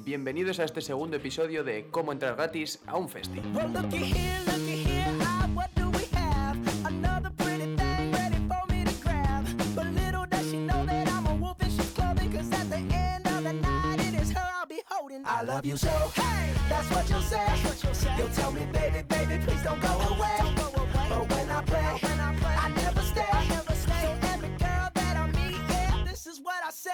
Bienvenidos a este segundo episodio de Cómo entrar gratis a un festi. I love you so, hey, that's what you'll say. You'll tell me, baby, baby, please don't go away. But when I play, I never stay. So every girl that I meet, yeah, this is what I say.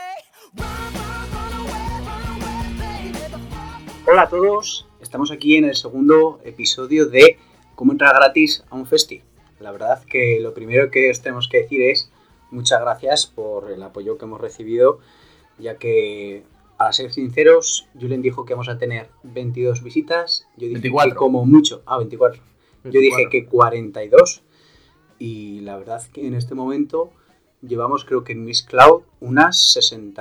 Run away, baby. Hola a todos, estamos aquí en el segundo episodio de Cómo entrar gratis a un festi. La verdad que lo primero que os tenemos que decir es muchas gracias por el apoyo que hemos recibido, ya que, para ser sinceros, Julen dijo que vamos a tener 22 visitas. Yo dije 24. que como mucho... 24. 24. Yo dije que 42. Y la verdad que en este momento llevamos, creo que en Mixcloud, unas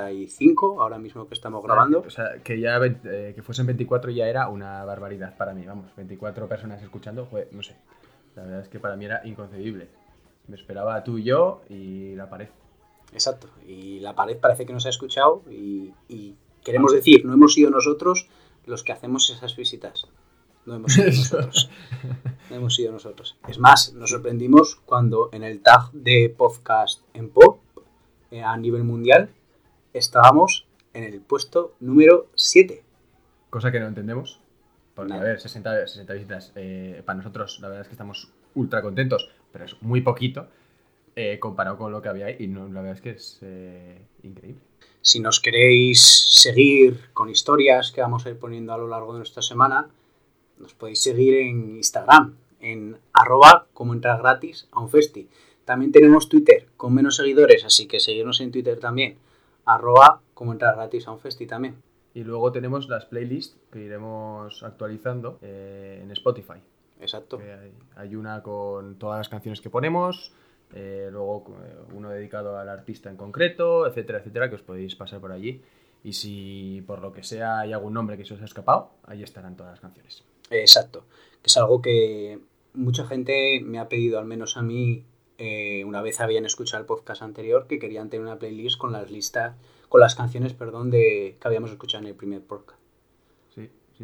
65, ahora mismo que estamos grabando. O sea, que ya que fuesen 24 ya era una barbaridad para mí, vamos. 24 personas escuchando, no sé. La verdad es que para mí era inconcebible. Me esperaba tú y yo y la pared. Exacto. Y la pared parece que nos ha escuchado y queremos decir, no hemos sido nosotros los que hacemos esas visitas. No hemos sido nosotros. No hemos sido nosotros. Es más, nos sorprendimos cuando en el tag de podcast en Pop, a nivel mundial, estábamos en el puesto número 7. Cosa que no entendemos. Porque, Nada. a ver, 60 visitas. Para nosotros, la verdad es que estamos ultra contentos, pero es muy poquito comparado con lo que había ahí. Y no, la verdad es que es increíble. Si nos queréis seguir con historias que vamos a ir poniendo a lo largo de nuestra semana, nos podéis seguir en Instagram, en @como entrar gratis a un festi. También tenemos Twitter con menos seguidores, así que seguirnos en Twitter también, @como entrar gratis a un festi también. Y luego tenemos las playlists que iremos actualizando en Spotify. Exacto. Que hay una con todas las canciones que ponemos, luego uno dedicado al artista en concreto, etcétera, etcétera, que os podéis pasar por allí. Y si por lo que sea hay algún nombre que se os ha escapado, ahí estarán todas las canciones. Exacto. Que es algo que mucha gente me ha pedido, al menos a mí, una vez habían escuchado el podcast anterior, que querían tener una playlist con las listas, con las canciones, que habíamos escuchado en el primer podcast. Sí.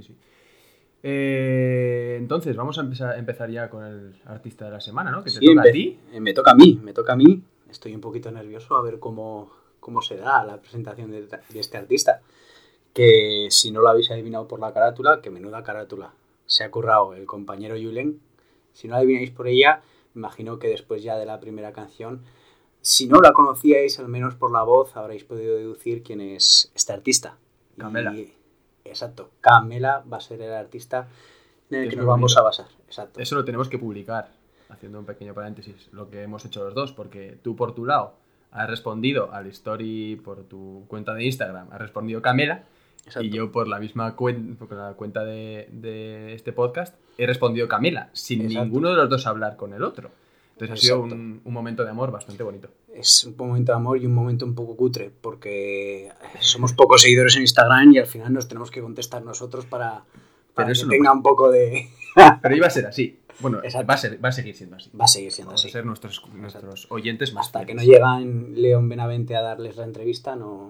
Entonces, vamos a empezar ya con el artista de la semana, ¿no? Que te toca a ti. Me toca a mí. Estoy un poquito nervioso a ver cómo se da la presentación de este artista. Que si no lo habéis adivinado por la carátula, que menuda carátula se ha currado el compañero Julen. Si no la adivináis por ella, me imagino que después ya de la primera canción, si no la conocíais, al menos por la voz, habréis podido deducir quién es este artista. Camela. Exacto, Camela va a ser el artista en el que nos vamos a basar. Exacto. Eso lo tenemos que publicar, haciendo un pequeño paréntesis, lo que hemos hecho los dos, porque tú por tu lado has respondido al story por tu cuenta de Instagram, has respondido Camela. Exacto. Y yo por la misma cuenta de este podcast he respondido Camela, sin Exacto. ninguno de los dos hablar con el otro. Entonces Exacto. ha sido un momento de amor bastante bonito. Es un momento de amor y un momento un poco cutre, porque somos pocos seguidores en Instagram y al final nos tenemos que contestar nosotros para que tenga un poco de... Pero iba a ser así. Bueno, Exacto. va a seguir siendo así. Va a seguir siendo Vamos así. A ser nuestros oyentes más hasta fieles. que no llegan León Benavente a darles la entrevista, no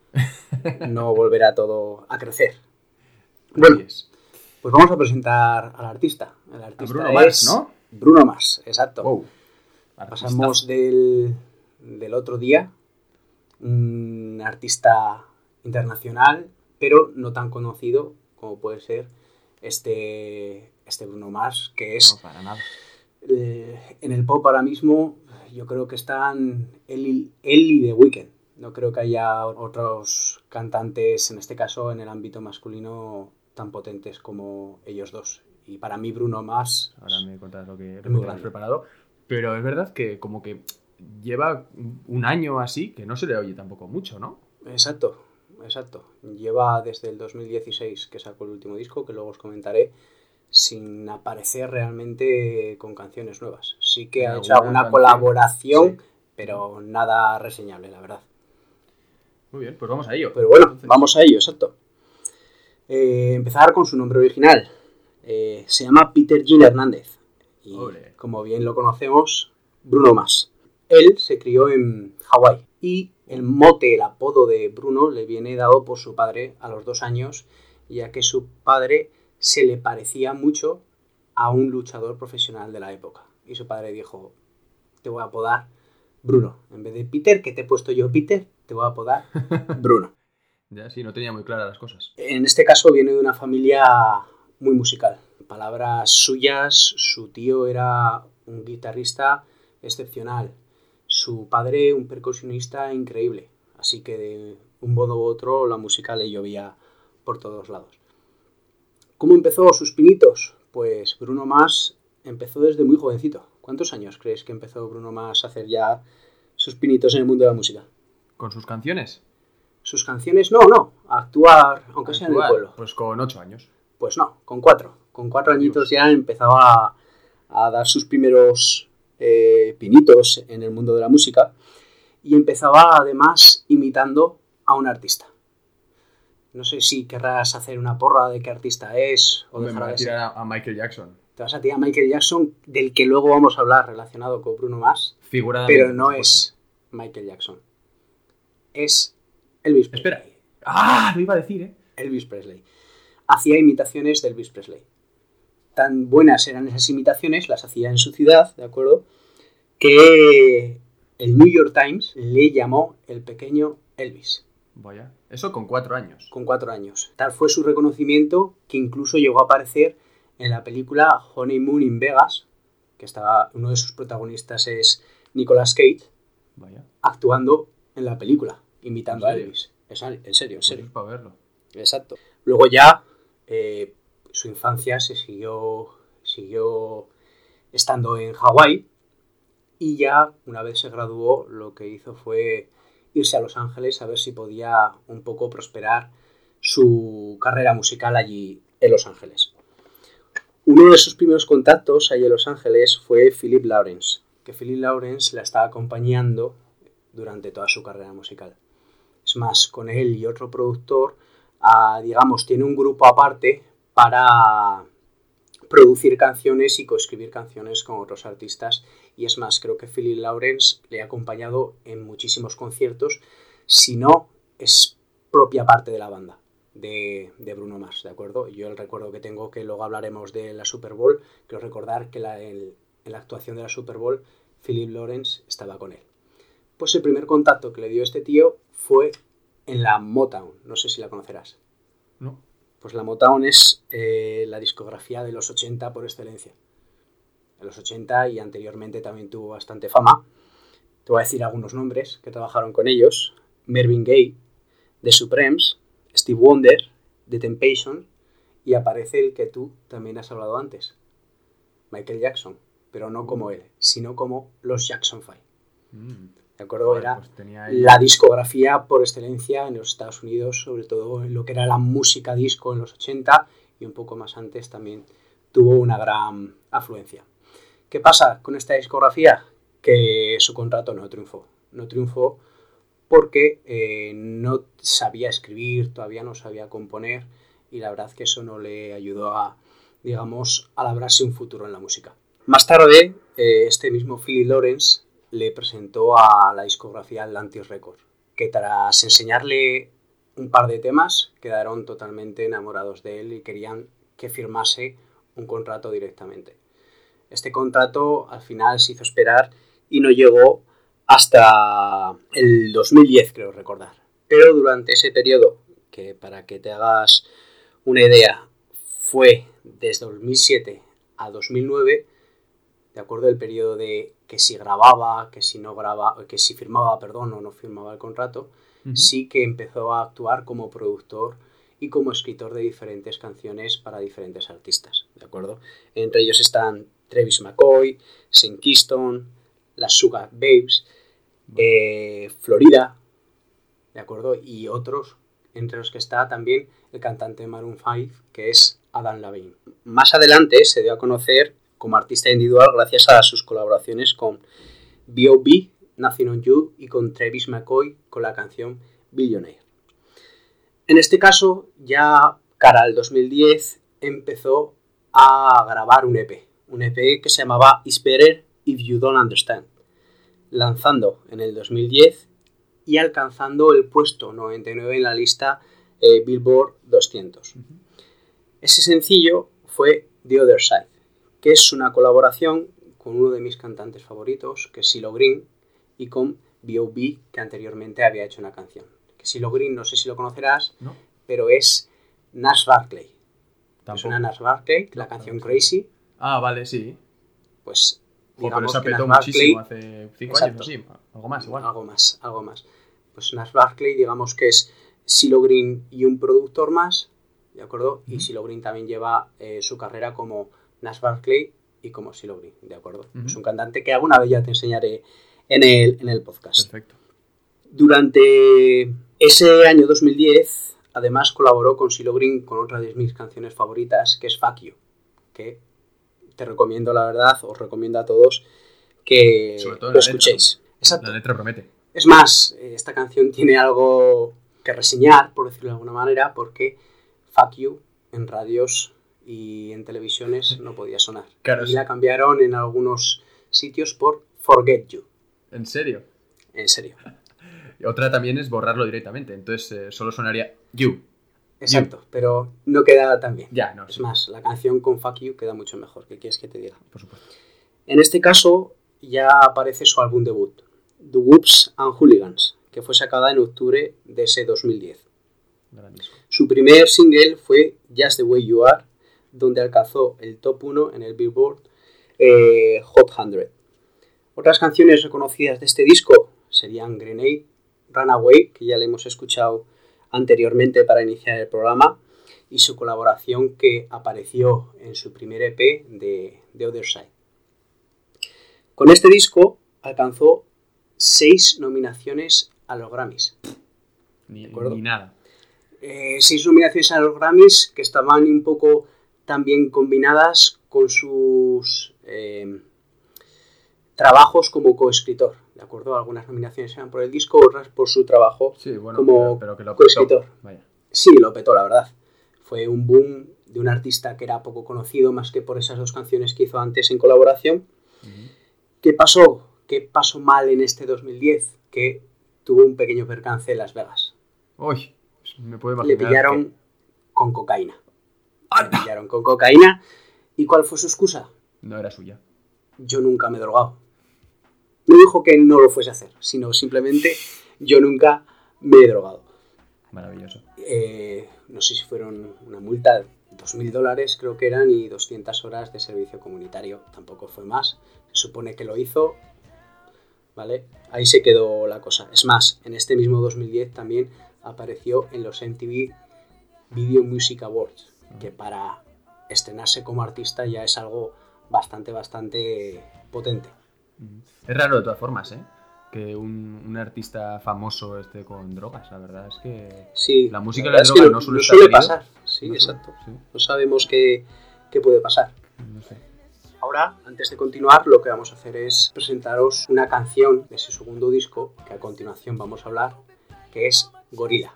volverá todo a crecer. Bueno, pues vamos a presentar al artista. El artista Bruno Mars, ¿no? Bruno Mars, exacto. Wow. Pasamos del otro día, un artista internacional, pero no tan conocido como puede ser este Bruno Mars, que es... No, para nada. En el pop ahora mismo yo creo que están él y The Weeknd. No creo que haya otros cantantes, en este caso en el ámbito masculino, tan potentes como ellos dos. Y para mí Bruno Mars... Ahora me contarás lo que has preparado. Pero es verdad que como que lleva un año así, que no se le oye tampoco mucho, ¿no? Exacto. Lleva desde el 2016 que sacó el último disco, que luego os comentaré, sin aparecer realmente con canciones nuevas. Sí que ha hecho alguna colaboración, sí, pero nada reseñable, la verdad. Muy bien, pues vamos a ello. Pero bueno, entonces, vamos a ello, exacto. Empezar con su nombre original. Se llama Peter Gil Hernández. Y como bien lo conocemos, Bruno Mars. Él se crió en Hawái y El mote, el apodo de Bruno le viene dado por su padre a los 2 años, ya que su padre se le parecía mucho a un luchador profesional de la época. Y su padre dijo, te voy a apodar Bruno. En vez de Peter, que te he puesto yo Peter, te voy a apodar Bruno. Ya, sí, no tenía muy claras las cosas. En este caso viene de una familia muy musical. Palabras suyas, su tío era un guitarrista excepcional. Su padre un percusionista increíble. Así que de un modo u otro la música le llovía por todos lados. ¿Cómo empezó sus pinitos? Pues Bruno Mars empezó desde muy jovencito. ¿Cuántos años crees que empezó Bruno Mars a hacer ya sus pinitos en el mundo de la música? ¿Con sus canciones? Sus canciones, no, a actuar, aunque sea en el pueblo. Pues con 8 años. Pues no, con 4. Con 4 añitos ya empezaba a dar sus primeros pinitos en el mundo de la música y empezaba además imitando a un artista. No sé si querrás hacer una porra de qué artista es o Me voy a de ser. tirar a Michael Jackson. Te vas a tirar a Michael Jackson, del que luego vamos a hablar relacionado con Bruno Mars, Figuradamente, pero no por es Michael Jackson. Es Elvis Presley. Espera. ¡Ah! Lo iba a decir, ¿eh? Elvis Presley. Hacía imitaciones de Elvis Presley. Tan buenas eran esas imitaciones, las hacía en su ciudad, ¿de acuerdo? Que el New York Times le llamó el pequeño Elvis. Vaya. Eso con 4 años. Con 4 años. Tal fue su reconocimiento que incluso llegó a aparecer en la película Honeymoon in Vegas, que estaba, uno de sus protagonistas es Nicolas Cage, Vaya. actuando en la película, imitando ¿En a serio? Elvis. En serio. Pues es para verlo. Exacto. Luego ya su infancia se siguió estando en Hawái y ya una vez se graduó lo que hizo fue irse a Los Ángeles a ver si podía un poco prosperar su carrera musical allí en Los Ángeles. Uno de sus primeros contactos allí en Los Ángeles fue Philip Lawrence, que Philip Lawrence la estaba acompañando durante toda su carrera musical. Es más, con él y otro productor, digamos, tiene un grupo aparte para producir canciones y coescribir canciones con otros artistas. Y es más, creo que Philip Lawrence le ha acompañado en muchísimos conciertos, si no es propia parte de la banda de Bruno Mars, ¿de acuerdo? Yo el recuerdo que tengo, que luego hablaremos de la Super Bowl, quiero recordar que en la actuación de la Super Bowl, Philip Lawrence estaba con él. Pues el primer contacto que le dio este tío fue en la Motown, no sé si la conocerás. No. Pues la Motown es la discografía de los 80 por excelencia. En los 80 y anteriormente también tuvo bastante fama. Te voy a decir algunos nombres que trabajaron con ellos. Marvin Gaye, The Supremes, Steve Wonder, The Temptations, y aparece el que tú también has hablado antes, Michael Jackson, pero no como él, sino como los Jackson 5. ¿De acuerdo? Joder, era pues tenía ahí la discografía por excelencia en los Estados Unidos, sobre todo en lo que era la música disco en los 80 y un poco más antes también tuvo una gran afluencia. ¿Qué pasa con esta discografía? Que su contrato no triunfó. No triunfó porque no sabía escribir, todavía no sabía componer y la verdad que eso no le ayudó a, digamos, a labrarse un futuro en la música. Más tarde, este mismo Philip Lawrence le presentó a la discografía Atlantic Records, que tras enseñarle un par de temas quedaron totalmente enamorados de él y querían que firmase un contrato directamente. Este contrato al final se hizo esperar y no llegó hasta el 2010, creo recordar. Pero durante ese periodo, que para que te hagas una idea, fue desde 2007 a 2009, de acuerdo el periodo de que si grababa, que si no grababa, que si firmaba, perdón, o no firmaba el contrato, sí que empezó a actuar como productor y como escritor de diferentes canciones para diferentes artistas, ¿de acuerdo? Entre ellos están Travis McCoy, Sean Kingston, las Sugar Babes, Florida, ¿de acuerdo? Y otros, entre los que está también el cantante Maroon 5, que es Adam Levine. Más adelante se dio a conocer como artista individual gracias a sus colaboraciones con B.O.B., Nothing on You y con Travis McCoy con la canción Billionaire. En este caso, ya cara al 2010, empezó a grabar un EP que se llamaba It's Better If You Don't Understand, lanzando en el 2010 y alcanzando el puesto 99 en la lista Billboard 200. Ese sencillo fue The Other Side, que es una colaboración con uno de mis cantantes favoritos, que es CeeLo Green, y con B.O.B., que anteriormente había hecho una canción. Que CeeLo Green, no sé si lo conocerás, ¿No? pero es Gnarls Barkley. Tampoco. Es una Gnarls Barkley, la canción Crazy, Ah, vale, sí. pues Pero digamos se que petó Gnarls muchísimo Barkley, hace 5 Exacto. años, sí. Algo más, igual. algo más. Pues Gnarls Barkley, digamos que es CeeLo Green y un productor más, ¿de acuerdo? Y CeeLo Green también lleva su carrera como Gnarls Barkley y como CeeLo Green, ¿de acuerdo? Es un cantante que alguna vez ya te enseñaré en el podcast. Perfecto. Durante ese año 2010, además colaboró con CeeLo Green con otra de mis canciones favoritas, que es Fuck You, que te recomiendo, la verdad, os recomiendo a todos que Sobre todo lo la letra, escuchéis. ¿no? Exacto. La letra promete. Es más, esta canción tiene algo que reseñar, por decirlo de alguna manera, porque Fuck You en radios y en televisiones no podía sonar. Claro, y sí. la cambiaron en algunos sitios por Forget You. ¿En serio? En serio. Otra también es borrarlo directamente. Entonces solo sonaría You. Exacto, pero no queda tan bien. Ya, no, Es sí, más, la canción con Fuck You queda mucho mejor. ¿Qué quieres que te diga? por supuesto. En este caso ya aparece su álbum debut, The Whoops and Hooligans, que fue sacada en octubre de ese 2010. Gran disco. Su primer single fue Just the Way You Are, donde alcanzó el top 1 en el Billboard Hot 100. Otras canciones reconocidas de este disco serían Grenade, Runaway, que ya le hemos escuchado anteriormente para iniciar el programa, y su colaboración que apareció en su primer EP de The Other Side. Con este disco alcanzó 6 nominaciones a los Grammys. Ni acuerdo? nada. 6 nominaciones a los Grammys que estaban un poco también combinadas con sus trabajos como coescritor, ¿de acuerdo? Algunas nominaciones eran por el disco, otras por su trabajo Sí, bueno, como pero que lo coescritor. petó. Vaya. Sí, lo petó, la verdad. Fue un boom de un artista que era poco conocido, más que por esas 2 canciones que hizo antes en colaboración. ¿Qué pasó? ¿Qué pasó mal en este 2010? Que tuvo un pequeño percance en Las Vegas. Uy, me puedo Le imaginar. pillaron con cocaína. ¡Anda! Le pillaron con cocaína. ¿Y cuál fue su excusa? No era suya. Yo nunca me he drogado. No dijo que no lo fuese a hacer, sino simplemente yo nunca me he drogado. Maravilloso. No sé si fueron una multa de $2.000 creo que eran y 200 horas de servicio comunitario. Tampoco fue más. Se supone que lo hizo, ¿vale? Ahí se quedó la cosa. Es más, en este mismo 2010 también apareció en los MTV Video Music Awards, que para estrenarse como artista ya es algo bastante potente. Es raro de todas formas, ¿eh? Que un artista famoso esté con drogas. La verdad es que Sí, la música y la la verdad droga es que no suele no estar suele unido. pasar. Sí, No exacto. sí, No sabemos qué puede pasar. no sé. Ahora, antes de continuar, lo que vamos a hacer es presentaros una canción de su segundo disco, que a continuación vamos a hablar, que es Gorilla.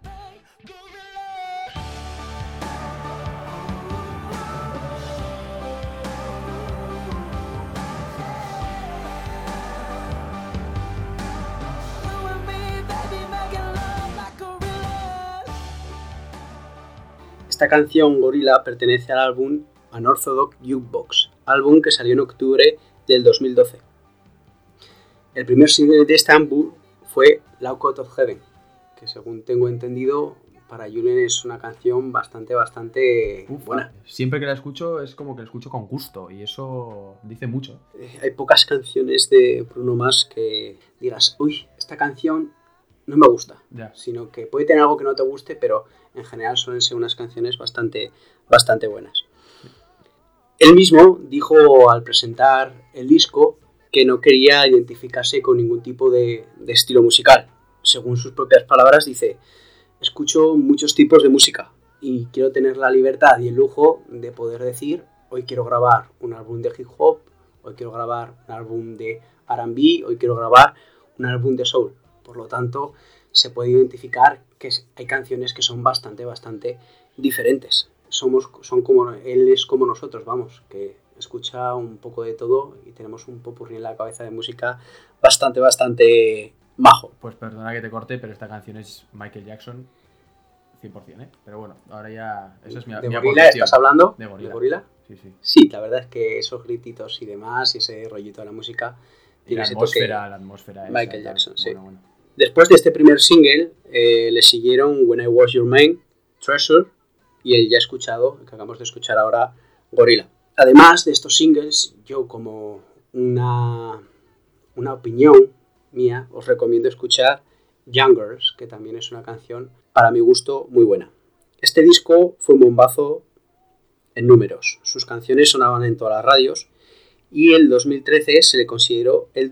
You and me, baby, making love like gorillas. Esta canción, Gorilla, pertenece al álbum Unorthodox Jukebox, álbum que salió en octubre del 2012. El primer single de este álbum fue Lock Out of Heaven, que según tengo entendido, para Julen es una canción bastante Uf, buena. siempre que la escucho es como que la escucho con gusto y eso dice mucho. Hay pocas canciones de Bruno Mars que digas, uy, esta canción no me gusta, Ya. sino que puede tener algo que no te guste, pero en general suelen ser unas canciones bastante buenas. Él mismo dijo al presentar el disco que no quería identificarse con ningún tipo de estilo musical. Según sus propias palabras, dice: escucho muchos tipos de música y quiero tener la libertad y el lujo de poder decir, hoy quiero grabar un álbum de hip hop, hoy quiero grabar un álbum de R&B, hoy quiero grabar un álbum de soul. Por lo tanto, se puede identificar que hay canciones que son bastante diferentes. Son como él es como nosotros, vamos, que escucha un poco de todo y tenemos un popurrí en la cabeza de música bastante majo. Pues perdona que te corte, pero esta canción es Michael Jackson 100%, ¿eh? Pero bueno, ahora ya... Esa es mi ¿De mi Gorila aportación. estás hablando? De Gorila. ¿De Gorila? Sí, sí. Sí, la verdad es que esos grititos y demás, y ese rollito de la música, Y tiene la ese toque. atmósfera esa, Michael tal. Jackson, sí. Bueno. Después de este primer single, le siguieron When I Was Your Man, Treasure, y el ya escuchado, el que acabamos de escuchar ahora, Gorilla. Además de estos singles, yo como una opinión mía, os recomiendo escuchar Youngers, que también es una canción, para mi gusto, muy buena. Este disco fue un bombazo en números. Sus canciones sonaban en todas las radios y en 2013 se le consideró el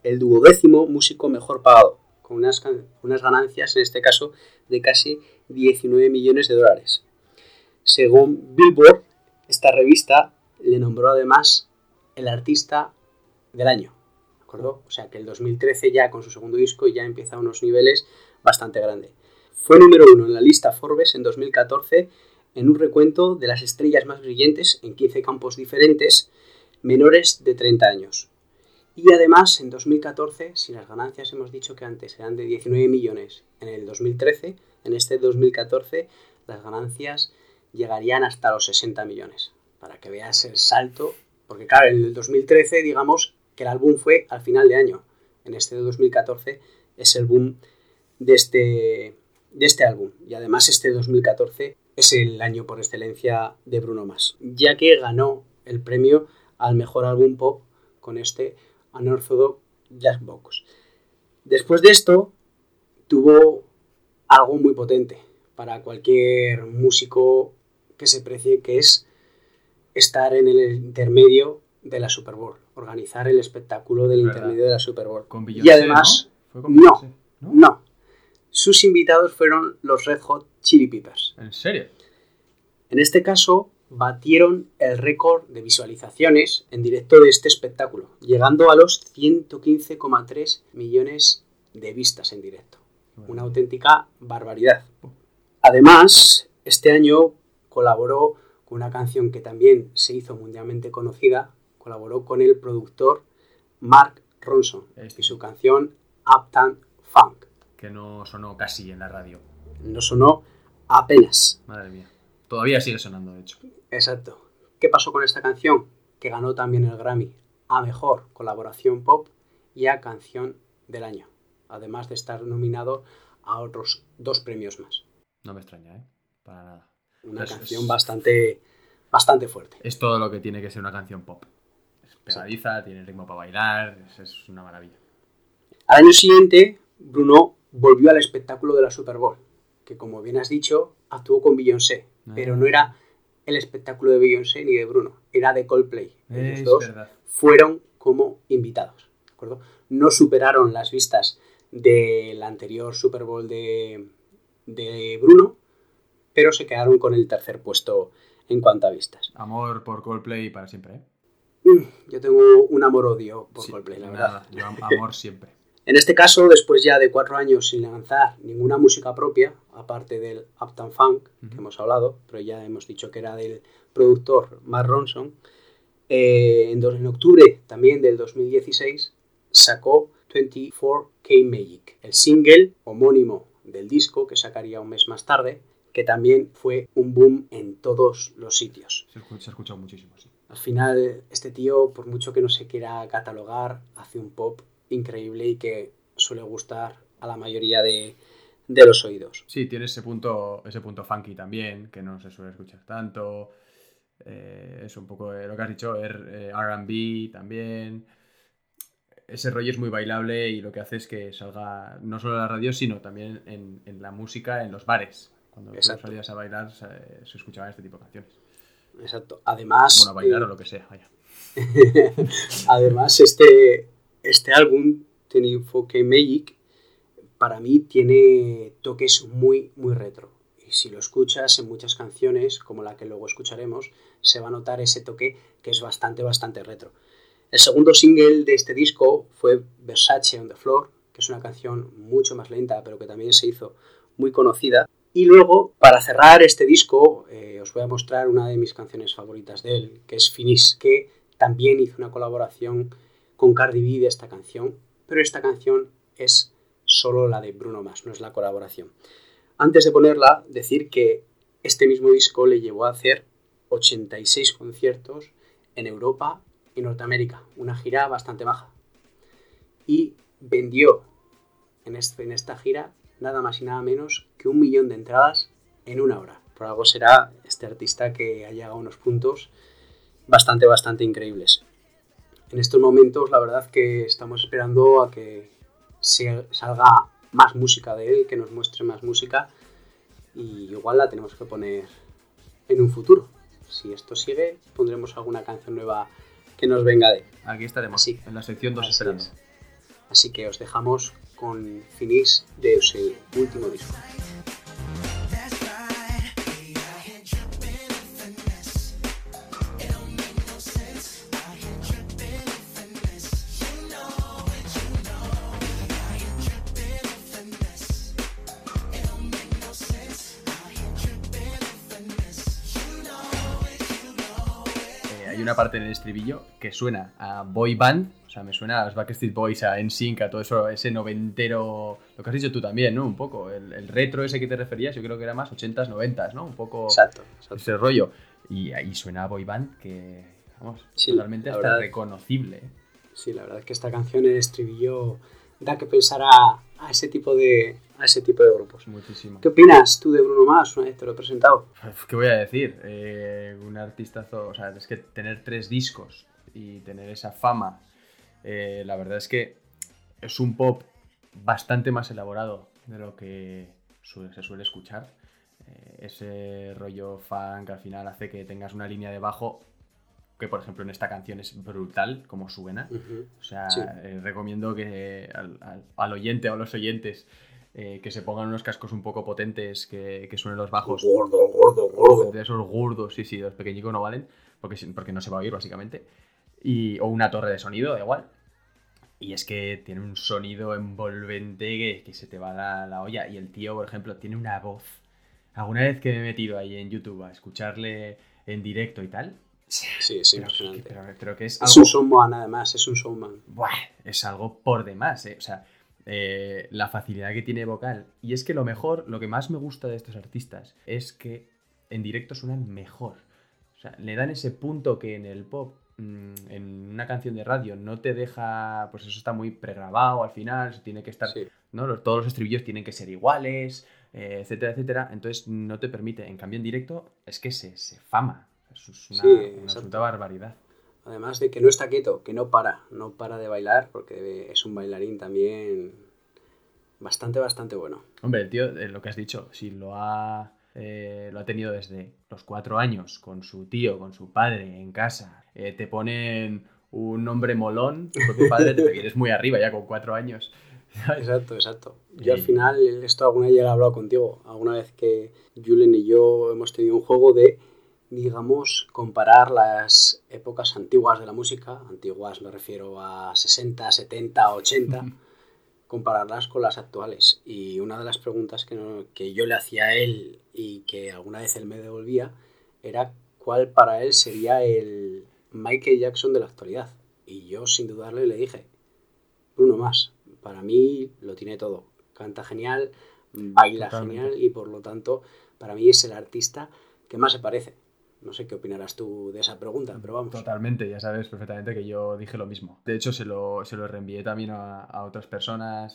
12º músico mejor pagado, con unas ganancias, en este caso, de casi 19 millones de dólares. Según Billboard, esta revista le nombró además el artista del año. ¿De acuerdo? O sea que el 2013 ya con su segundo disco ya empieza a unos niveles bastante grandes. Fue número 1 en la lista Forbes en 2014 en un recuento de las estrellas más brillantes en 15 campos diferentes, menores de 30 años. Y además en 2014, si las ganancias hemos dicho que antes eran de 19 millones en el 2013, en este 2014 las ganancias llegarían hasta los 60 millones. Para que veas el salto, porque claro, en el 2013 digamos que el álbum fue al final de año. En este 2014 es el boom de este álbum. Y además este 2014 es el año por excelencia de Bruno Mars, ya que ganó el premio al mejor álbum pop con este Unorthodox Jazz Box. Después de esto tuvo algo muy potente para cualquier músico que se precie, que es estar en el intermedio de la Super Bowl, organizar el espectáculo del intermedio de la Super Bowl. Con Beyoncé, Y además, ¿no? ¿Fue con Beyoncé? no. Sus invitados fueron los Red Hot Chili Peppers. ¿En serio? En este caso, batieron el récord de visualizaciones en directo de este espectáculo, llegando a los 115,3 millones de vistas en directo. Una auténtica barbaridad. Además, este año colaboró con una canción que también se hizo mundialmente conocida, colaboró con el productor Mark Ronson y su canción Uptown Funk. Que no sonó casi en la radio. No sonó apenas. Madre mía. Todavía sigue sonando, de hecho. Exacto. ¿Qué pasó con esta canción? Que ganó también el Grammy a Mejor Colaboración Pop y a Canción del Año, además de estar nominado a otros 2 premios más. No me extraña, ¿eh? Para nada. Una canción bastante fuerte. Es todo lo que tiene que ser una canción pop. Es pegadiza, tiene ritmo para bailar, es una maravilla. Al año siguiente, Bruno volvió al espectáculo de la Super Bowl, que como bien has dicho, actuó con Beyoncé, pero no era el espectáculo de Beyoncé ni de Bruno, era de Coldplay. Ellos dos fueron como invitados, ¿de acuerdo? No superaron las vistas del anterior Super Bowl de Bruno, pero se quedaron con el tercer puesto en cuanto a vistas. Amor por Coldplay para siempre, ¿eh? Yo tengo un amor-odio por Coldplay, la verdad. Yo amor siempre. En este caso, después ya de 4 años sin lanzar ninguna música propia, aparte del Uptown Funk, que hemos hablado, pero ya hemos dicho que era del productor Mark Ronson, en octubre también del 2016 sacó 24K Magic, el single homónimo del disco que sacaría un mes más tarde, que también fue un boom en todos los sitios. Se ha escuchado muchísimo, sí. Al final, este tío, por mucho que no se quiera catalogar, hace un pop increíble y que suele gustar a la mayoría de los oídos. Sí, tiene ese punto funky también, que no se suele escuchar tanto. Es un poco lo que has dicho, R&B también. Ese rollo es muy bailable y lo que hace es que salga no solo en la radio, sino también en la música, en los bares. Cuando tú salías a bailar, se escuchaban este tipo de canciones. Exacto. Además... Bueno, a bailar o lo que sea, vaya. Además, este álbum, 24K Magic, para mí tiene toques muy, muy retro. Y si lo escuchas en muchas canciones, como la que luego escucharemos, se va a notar ese toque que es bastante, bastante retro. El segundo single de este disco fue Versace on the Floor, que es una canción mucho más lenta, pero que también se hizo muy conocida. Y luego, para cerrar este disco, os voy a mostrar una de mis canciones favoritas de él, que es Finish, que también hizo una colaboración con Cardi B de esta canción, pero esta canción es solo la de Bruno Mars, no es la colaboración. Antes de ponerla, decir que este mismo disco le llevó a hacer 86 conciertos en Europa y Norteamérica, una gira bastante maja. Y vendió en esta gira nada más y nada menos que 1 millón de entradas en una hora. Por algo será este artista que ha llegado a unos puntos bastante increíbles. En estos momentos la verdad que estamos esperando a que salga más música de él, que nos muestre más música, y igual la tenemos que poner en un futuro. Si esto sigue, pondremos alguna canción nueva que nos venga de él. Aquí estaremos, Así, en la sección 2 así esperando. es. Así que os dejamos con Finis de su último disco. Hay una parte en el estribillo que suena a boy band, o sea, me suena a los Backstreet Boys, a NSYNC, a todo eso, ese noventero, lo que has dicho tú también, ¿no? Un poco, el retro ese que te referías, yo creo que era más 80s, 90s, ¿no? Un poco Exacto. ese rollo. Y ahí suena a boy band que, vamos, Sí, totalmente la hasta verdad. reconocible, ¿eh? Sí, la verdad es que esta canción, el estribillo, da que pensar a ese tipo de grupos. Muchísimo. ¿Qué opinas tú de Bruno Mars una vez te lo he presentado? ¿Qué voy a decir? Un artistazo, o sea, es que tener 3 discos y tener esa fama, la verdad es que es un pop bastante más elaborado de lo que se suele escuchar. Ese rollo funk al final hace que tengas una línea de bajo que, por ejemplo, en esta canción es brutal como suena. Uh-huh. O sea, Sí. recomiendo que al oyente o a los oyentes que se pongan unos cascos un poco potentes, que suenen los bajos. Gordo. De esos gordos, sí, los pequeñicos no valen, porque no se va a oír, básicamente. O una torre de sonido, da igual. Y es que tiene un sonido envolvente que se te va la olla. Y el tío, por ejemplo, tiene una voz. Alguna vez que me he metido ahí en YouTube a escucharle en directo y tal. Sí, es impresionante. Pero que es Es algo... un showman, además, es un showman. Buah, es algo por demás, ¿eh? O sea, la facilidad que tiene vocal. Y es que lo que más me gusta de estos artistas es que en directo suenan mejor. O sea, le dan ese punto que en el pop, en una canción de radio, no te deja... Pues eso está muy pregrabado al final, eso tiene que estar... Sí. ¿no? Todos los estribillos tienen que ser iguales, etcétera, etcétera. Entonces no te permite. En cambio, en directo es que se fama. Es una exacto. absoluta barbaridad. Además de que no está quieto, que no para de bailar, porque es un bailarín también bastante bueno. Hombre, el tío, lo que has dicho, si lo ha tenido desde los 4 años con su tío, con su padre en casa, te ponen un nombre molón, tu propio padre te vienes muy arriba ya con 4 años. ¿Sabes? Exacto. Yo al final, esto alguna vez ya lo he hablado contigo, alguna vez que Julen y yo hemos tenido un juego de, digamos, comparar las épocas antiguas de la música, antiguas me refiero a 60, 70, 80, compararlas con las actuales. Y una de las preguntas que yo le hacía a él y que alguna vez él me devolvía era cuál para él sería el Michael Jackson de la actualidad. Y yo sin dudarle le dije, Bruno Mars, para mí lo tiene todo. Canta genial, baila Totalmente. genial y por lo tanto para mí es el artista que más se parece. No sé qué opinarás tú de esa pregunta, pero vamos. Totalmente, ya sabes perfectamente que yo dije lo mismo. De hecho, se lo reenvié también a otras personas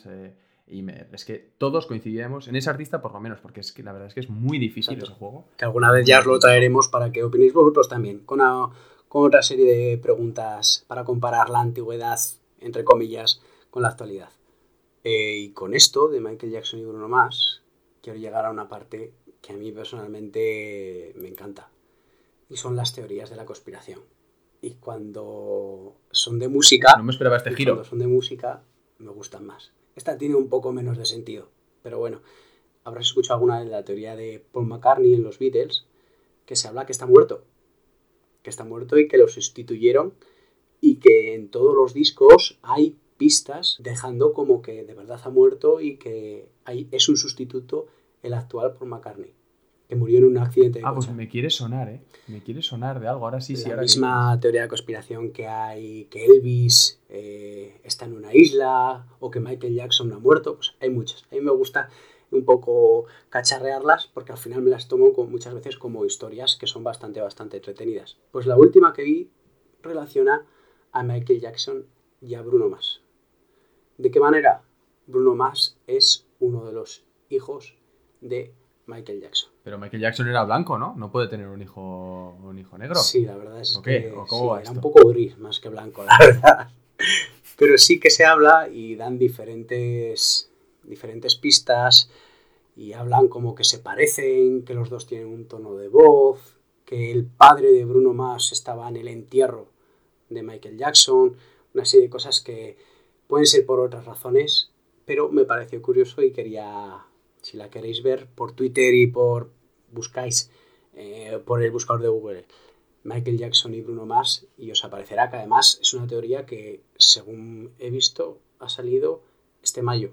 es que todos coincidíamos en ese artista por lo menos, porque es que la verdad es que es muy difícil Exacto. ese juego. Que alguna vez ya os lo traeremos para que opinéis vosotros también, con otra serie de preguntas para comparar la antigüedad, entre comillas, con la actualidad. Y con esto de Michael Jackson y Bruno Mars, quiero llegar a una parte que a mí personalmente me encanta. Y son las teorías de la conspiración. Y cuando son de música... No me esperaba este giro. Cuando son de música, me gustan más. Esta tiene un poco menos de sentido. Pero bueno, habrás escuchado alguna vez la teoría de Paul McCartney en los Beatles, que se habla que está muerto. Que está muerto y que lo sustituyeron. Y que en todos los discos hay pistas dejando como que de verdad ha muerto y que es un sustituto el actual Paul McCartney. que murió en un accidente de Ah, pues coche. me quiere sonar, ¿eh? Me quiere sonar de algo. Ahora sí, sí. La Ahora misma teoría de conspiración que hay que Elvis está en una isla o que Michael Jackson no ha muerto, pues hay muchas. A mí me gusta un poco cacharrearlas porque al final me las tomo muchas veces como historias que son bastante entretenidas. Pues la última que vi relaciona a Michael Jackson y a Bruno Mars. ¿De qué manera? Bruno Mars es uno de los hijos de Michael Jackson. Pero Michael Jackson era blanco, ¿no? No puede tener un hijo negro. Sí, la verdad es ¿O qué? que ¿O cómo sí, va era esto? un poco gris más que blanco, la verdad. Pero sí que se habla y dan diferentes pistas y hablan como que se parecen, que los dos tienen un tono de voz, que el padre de Bruno Mars estaba en el entierro de Michael Jackson, una serie de cosas que pueden ser por otras razones, pero me pareció curioso y quería, si la queréis ver, por Twitter y buscáis por el buscador de Google Michael Jackson y Bruno Mars y os aparecerá, que además es una teoría que, según he visto, ha salido este mayo.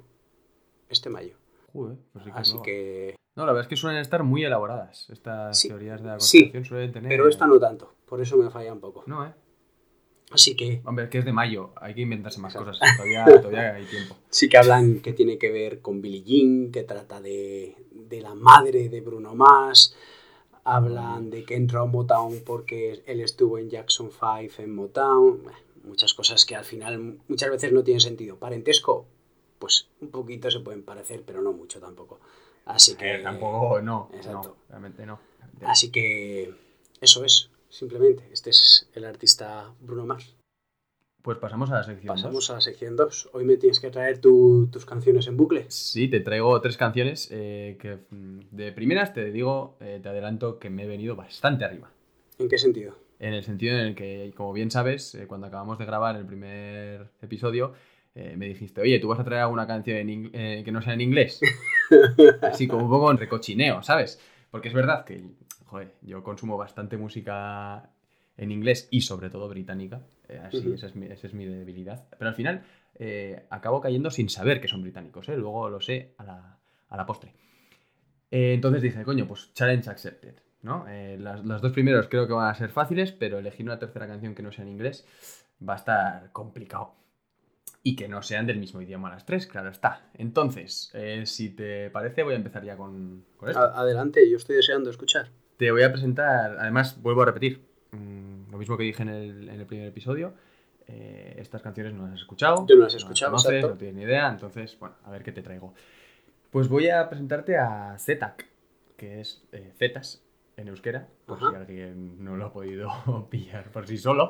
Joder, pues sí que Así no. que... No, la verdad es que suelen estar muy elaboradas. Estas Sí, teorías de la sí, conspiración suelen tener... pero esta no tanto, por eso me falla un poco. No, ¿eh? Así que Hombre, es que es de mayo. Hay que inventarse más Exacto. cosas. Todavía hay tiempo. sí que hablan que tiene que ver con Billie Jean, que trata de la madre de Bruno Mars. Hablan de que entró a Motown porque él estuvo en Jackson 5 en Motown. Muchas cosas que al final muchas veces no tienen sentido. Parentesco, pues un poquito se pueden parecer, pero no mucho tampoco. Así que... Tampoco, no. Exacto. No, realmente no. Así que eso es, simplemente. Este es el artista Bruno Mars. Pues pasamos a la sección Pasamos 2. a la sección 2. Hoy me tienes que traer tus canciones en bucle. Sí, te traigo 3 canciones que de primeras te digo, te adelanto que me he venido bastante arriba. ¿En qué sentido? En el sentido en el que, como bien sabes, cuando acabamos de grabar el primer episodio, me dijiste, oye, ¿tú vas a traer alguna canción que no sea en inglés? Así como un poco en recochineo, ¿sabes? Porque es verdad que, joder, yo consumo bastante música en inglés y sobre todo británica. Así, esa es mi debilidad. Pero al final acabo cayendo sin saber que son británicos, ¿eh? Luego lo sé a la postre. Entonces dije, coño, pues challenge accepted, ¿no? Los 2 primeros creo que van a ser fáciles, pero elegir una tercera canción que no sea en inglés va a estar complicado. Y que no sean del mismo idioma las 3, claro está. Entonces, si te parece, voy a empezar ya con esto. Adelante, yo estoy deseando escuchar. Te voy a presentar, además, vuelvo a repetir lo mismo que dije en el primer episodio. Estas canciones no las has escuchado. Yo no las he escuchado, no las conoces, exacto. no tienes ni idea, entonces, bueno, a ver qué te traigo. Pues voy a presentarte a Zetak, que es Zetas en euskera, por Ajá. si alguien no lo ha podido pillar por sí solo.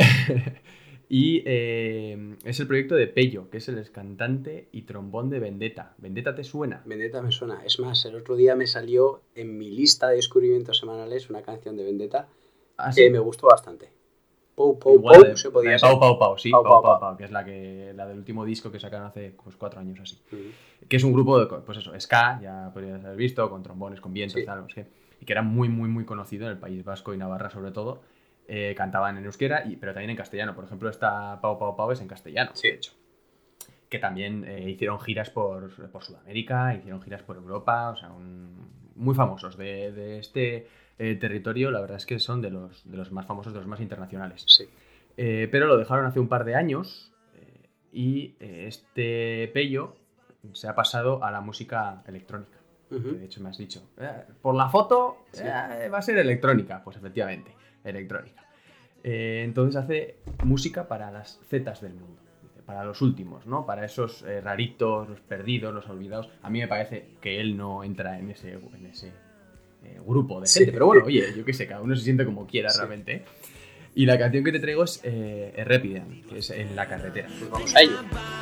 Y es el proyecto de Pello, que es el cantante y trombón de Vendetta. ¿Vendetta te suena? Vendetta me suena. Es más, el otro día me salió en mi lista de descubrimientos semanales una canción de Vendetta Ah, que sí. me gustó bastante. Pou, pou, Igual pou, se podía de ser. Pau Pau Pau, sí, Pau, Pau Pau, Pau Pau. Pau, que es la del último disco que sacaron hace 4 años así. Ujú. Que es un grupo de, pues eso, ska, ya podrías haber visto, con trombones, con vientos Sí. y tal, no sé qué, y que era muy, muy, muy conocido en el País Vasco y Navarra sobre todo. Cantaban en euskera, pero también en castellano. Por ejemplo, esta Pau Pau Pau es en castellano, Sí. de hecho. Que también hicieron giras por Sudamérica, hicieron giras por Europa, o sea, muy famosos de este territorio. La verdad es que son de los más famosos, de los más internacionales. Sí. Pero lo dejaron hace un par de años y este Pello se ha pasado a la música electrónica. Ujú. De hecho, me has dicho, por la foto Sí. va a ser electrónica. Pues efectivamente, electrónica. Entonces hace música para las zetas del mundo, para los últimos, ¿no? Para esos raritos, los perdidos, los olvidados. A mí me parece que él no entra en ese grupo de Sí. gente. Pero bueno, oye, yo qué sé, cada uno se siente como quiera Sí. realmente. Y la canción que te traigo es Errepidean, que es En la carretera. Pues vamos a ello.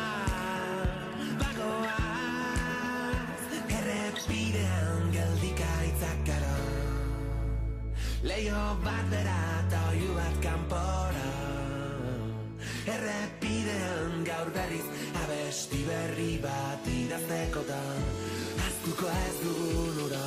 Errepidean geldikaritzak gara Leio batera eta oihu bat kanpora Errepidean gaur berriz abesti berri bat idaztekotan Ahaztuko ez dugun ura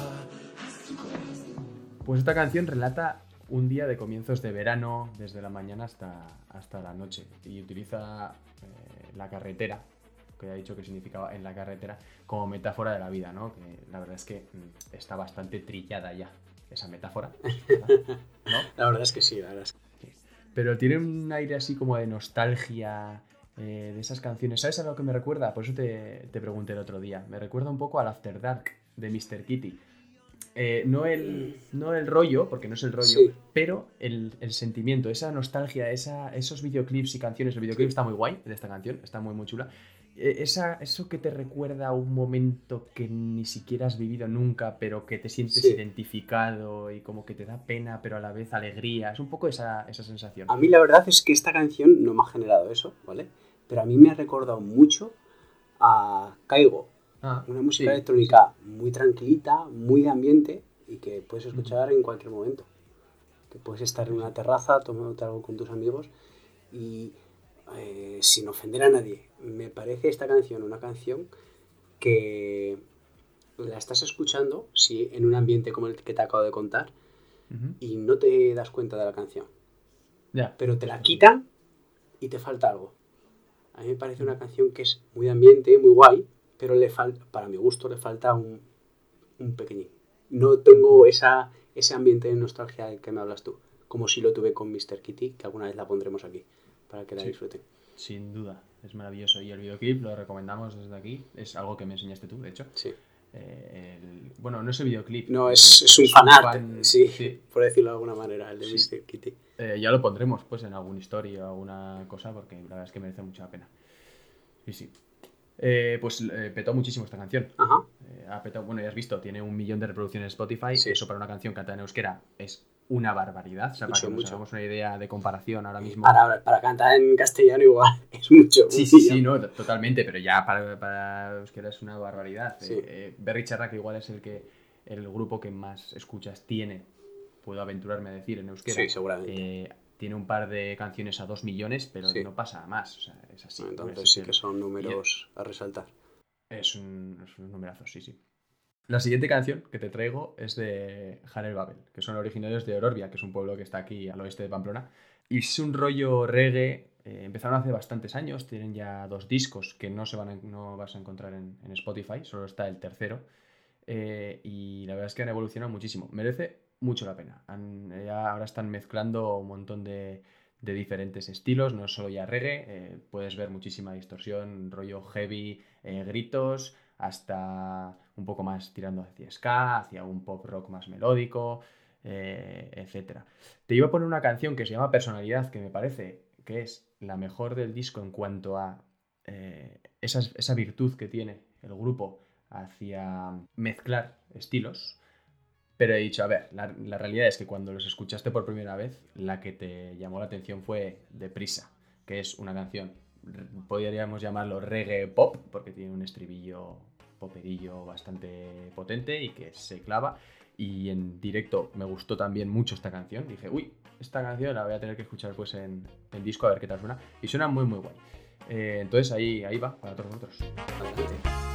Pues esta canción relata un día de comienzos de verano, desde la mañana hasta la noche, y utiliza la carretera que ha dicho que significaba en la carretera como metáfora de la vida, ¿no? Que la verdad es que está bastante trillada ya esa metáfora, ¿verdad? ¿No? La verdad es que sí, la verdad es que... Pero tiene un aire así como de nostalgia de esas canciones. ¿Sabes a lo que me recuerda? Por eso te pregunté el otro día. Me recuerda un poco al After Dark de Mr. Kitty. No el rollo, porque no es el rollo, Sí. pero el sentimiento, esa nostalgia, esos videoclips y canciones. El videoclip está muy guay de esta canción, está muy chula. Eso que te recuerda a un momento que ni siquiera has vivido nunca, pero que te sientes Sí. identificado y como que te da pena, pero a la vez alegría. Es un poco esa sensación. A mí la verdad es que esta canción no me ha generado eso, ¿vale? Pero a mí me ha recordado mucho a Caigo, una música sí, electrónica muy tranquilita, muy de ambiente y que puedes escuchar en cualquier momento. Que puedes estar en una terraza tomándote algo con tus amigos y sin ofender a nadie. Me parece esta canción una canción que la estás escuchando en un ambiente como el que te acabo de contar Ujú. y no te das cuenta de la canción. Ya. Pero te la quitan y te falta algo. A mí me parece una canción que es muy de ambiente, muy guay, pero para mi gusto le falta un pequeñín. No tengo ese ambiente de nostalgia del que me hablas tú, como si lo tuve con Mr. Kitty, que alguna vez la pondremos aquí, para que la Sí. disfruten. Sin duda, es maravilloso. Y el videoclip lo recomendamos desde aquí. Es algo que me enseñaste tú, de hecho. Sí. Bueno, no es el videoclip. No, es un fanart, fan- sí, por decirlo de alguna manera, el de Sí. Mr. Kitty. Ya lo pondremos pues en algún story o alguna cosa porque la verdad es que merece mucha pena. Y sí. Pues petó muchísimo esta canción. Ajá. Ha petado, bueno, ya has visto, tiene 1 millón de reproducciones en Spotify. Sí. Eso para una canción cantada en euskera es una barbaridad. O sea, Mucho, para que nos mucho. hagamos una idea de comparación ahora mismo. Para cantar en castellano igual, es mucho. Sí, no, totalmente, pero ya para euskera es una barbaridad. Sí. Berri Charra, que igual es el grupo que más escuchas tiene, puedo aventurarme a decir, en euskera. Sí, seguramente. Tiene un par de canciones a 2 millones, pero Sí. no pasa más. O sea, es así. Entonces sí que son números a resaltar. Es un numerazo, sí. La siguiente canción que te traigo es de Hanel Babel, que son originarios de Ororbia, que es un pueblo que está aquí al oeste de Pamplona. Y es un rollo reggae. Empezaron hace bastantes años, tienen ya 2 discos que no vas a encontrar en Spotify, solo está el tercero. Y la verdad es que han evolucionado muchísimo. Merece mucho la pena. Ahora están mezclando un montón de diferentes estilos, no solo ya reggae, puedes ver muchísima distorsión, rollo heavy, gritos, hasta un poco más tirando hacia ska, hacia un pop rock más melódico, etc. Te iba a poner una canción que se llama Personalidad, que me parece que es la mejor del disco en cuanto a esa virtud que tiene el grupo hacia mezclar estilos. Pero he dicho, a ver, la realidad es que cuando los escuchaste por primera vez, la que te llamó la atención fue Deprisa, que es una canción, podríamos llamarlo reggae pop, porque tiene un estribillo poperillo bastante potente y que se clava. Y en directo me gustó también mucho esta canción. Dije, uy, esta canción la voy a tener que escuchar pues en disco a ver qué tal suena. Y suena muy guay. Entonces ahí va, para todos vosotros. Adelante.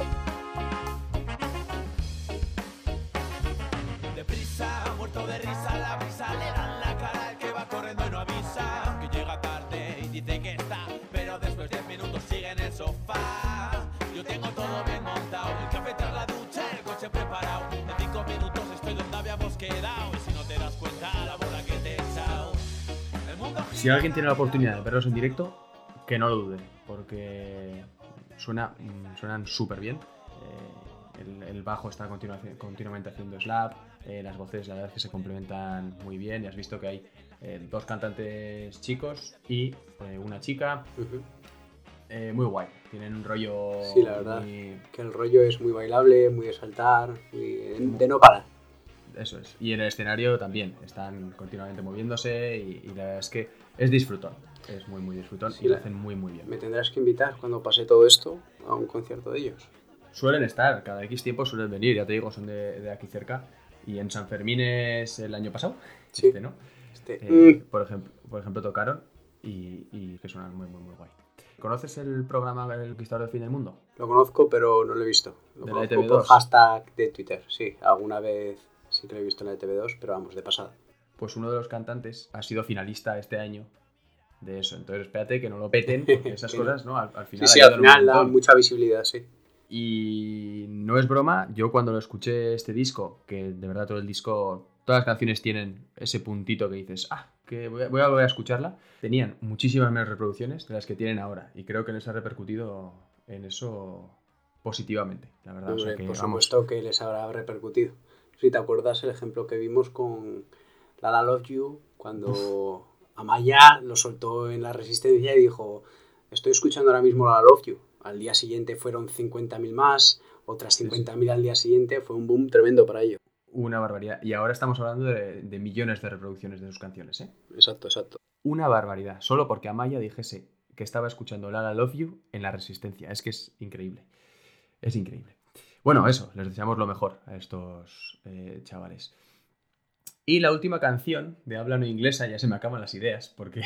Deprisa, muerto de risa, la brisa le dan la cara al que va corriendo y no avisa. Que llega tarde y dice que está, pero después 10 minutos sigue en el sofá. Yo tengo todo bien montado, el café tras la ducha, el coche preparado. En 5 minutos estoy donde habíamos quedado. Y si no te das cuenta, la bola que te he echado. El mundo Si alguien tiene la oportunidad de verlos en directo, que no lo dude, porque suenan súper bien. El bajo está continuamente haciendo slap, las voces la verdad es que se complementan muy bien. Y has visto que hay 2 cantantes chicos y una chica. Uh-huh. Muy guay, tienen un rollo. Sí, la verdad. muy- Que el rollo es muy bailable, muy de saltar, de no parar. Eso es. Y en el escenario también están continuamente moviéndose y la verdad es que es disfrutón. Es muy disfrutón Sí, y lo la- hacen muy bien. Me tendrás que invitar cuando pase todo esto a un concierto de ellos. Suelen estar, cada X tiempo suelen venir, ya te digo, son de aquí cerca. Y en San Fermín es el año pasado, Sí. ¿no? Este, Por ejemplo, tocaron y que suenan muy guay. ¿Conoces el programa El Conquistador del Fin del Mundo? Lo conozco, pero no lo he visto. Lo ¿De la conozco ETV2? por hashtag de Twitter, sí. Alguna vez sí que lo he visto en la ETV2, pero vamos, de pasada. Pues uno de los cantantes ha sido finalista este año de eso. Entonces espérate que no lo peten, porque esas cosas, ¿no? Al final Sí, al ayudan un final da montón. mucha visibilidad, sí. Y no es broma, yo cuando lo escuché este disco, que de verdad todo el disco, todas las canciones tienen ese puntito que dices, que voy a volver a escucharla, tenían muchísimas menos reproducciones de las que tienen ahora. Y creo que les ha repercutido en eso positivamente, la verdad. Hombre, O sea que, por vamos, supuesto que les habrá repercutido. Si te acuerdas el ejemplo que vimos con La La Love You, cuando Amaya lo soltó en La Resistencia y dijo, estoy escuchando ahora mismo La La Love You. Al día siguiente fueron 50.000 más, otras 50.000 al día siguiente, fue un boom tremendo para ello. una barbaridad. Y ahora estamos hablando de millones de reproducciones de sus canciones, ¿eh? Exacto, exacto. Una barbaridad, solo porque Amaya dijese que estaba escuchando La La Love You en La Resistencia. Es que es increíble. Es increíble. Bueno, eso, les deseamos lo mejor a estos chavales. Y la última canción de habla no inglesa, ya se me acaban las ideas, porque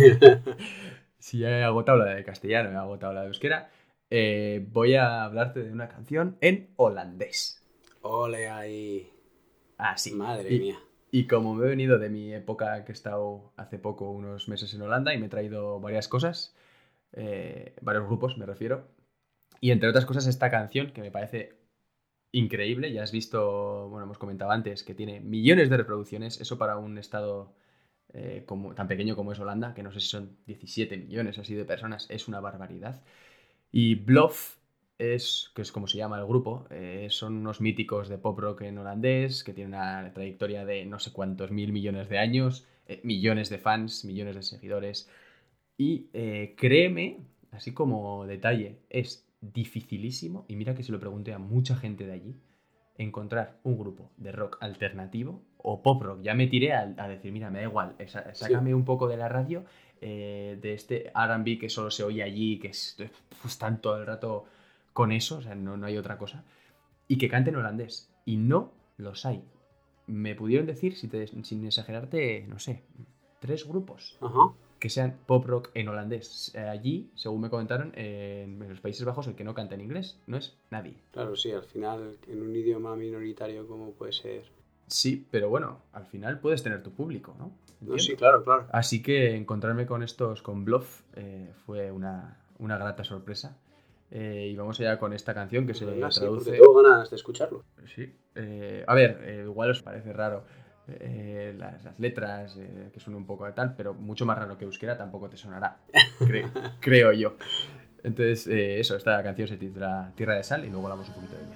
si ya he agotado la de castellano, he agotado la de euskera, voy a hablarte de una canción en holandés. Ole ahí. Ah, sí. Madre mía. Y como me he venido de mi época que he estado hace poco unos meses en Holanda y me he traído varias cosas, varios grupos me refiero, y entre otras cosas esta canción que me parece increíble, ya has visto, bueno, hemos comentado antes que tiene millones de reproducciones, eso para un estado tan pequeño como es Holanda, que no sé si son 17 millones así de personas, es una barbaridad. Y Bluff que es como se llama el grupo, son unos míticos de pop rock en holandés, que tienen una trayectoria de no sé cuántos mil millones de años, millones de fans, millones de seguidores. Y créeme, así como detalle, es dificilísimo, y mira que se lo pregunté a mucha gente de allí, encontrar un grupo de rock alternativo o pop rock. Ya me tiré a decir, mira, me da igual, sácame un poco de la radio, de este R&B que solo se oye allí, que están todo el rato con eso, o sea, no hay otra cosa, y que cante en holandés. Y no los hay. Me pudieron decir, sin exagerarte, no sé, 3 grupos. Ajá. Que sean pop rock en holandés. Allí, según me comentaron, en los Países Bajos el que no canta en inglés no es nadie. Claro, sí, al final en un idioma minoritario como puede ser. Sí, pero bueno, al final puedes tener tu público, ¿no? No, sí, claro, claro. Así que encontrarme con Bluff, fue una grata sorpresa. Y vamos allá con esta canción que se Venga, sí, traduce... porque tengo ganas de escucharlo. Sí. A ver, igual os parece raro las letras, que suenan un poco de tal, pero mucho más raro que euskera tampoco te sonará, creo yo. Entonces, esta canción se titula Tierra de Sal y luego hablamos un poquito de ella.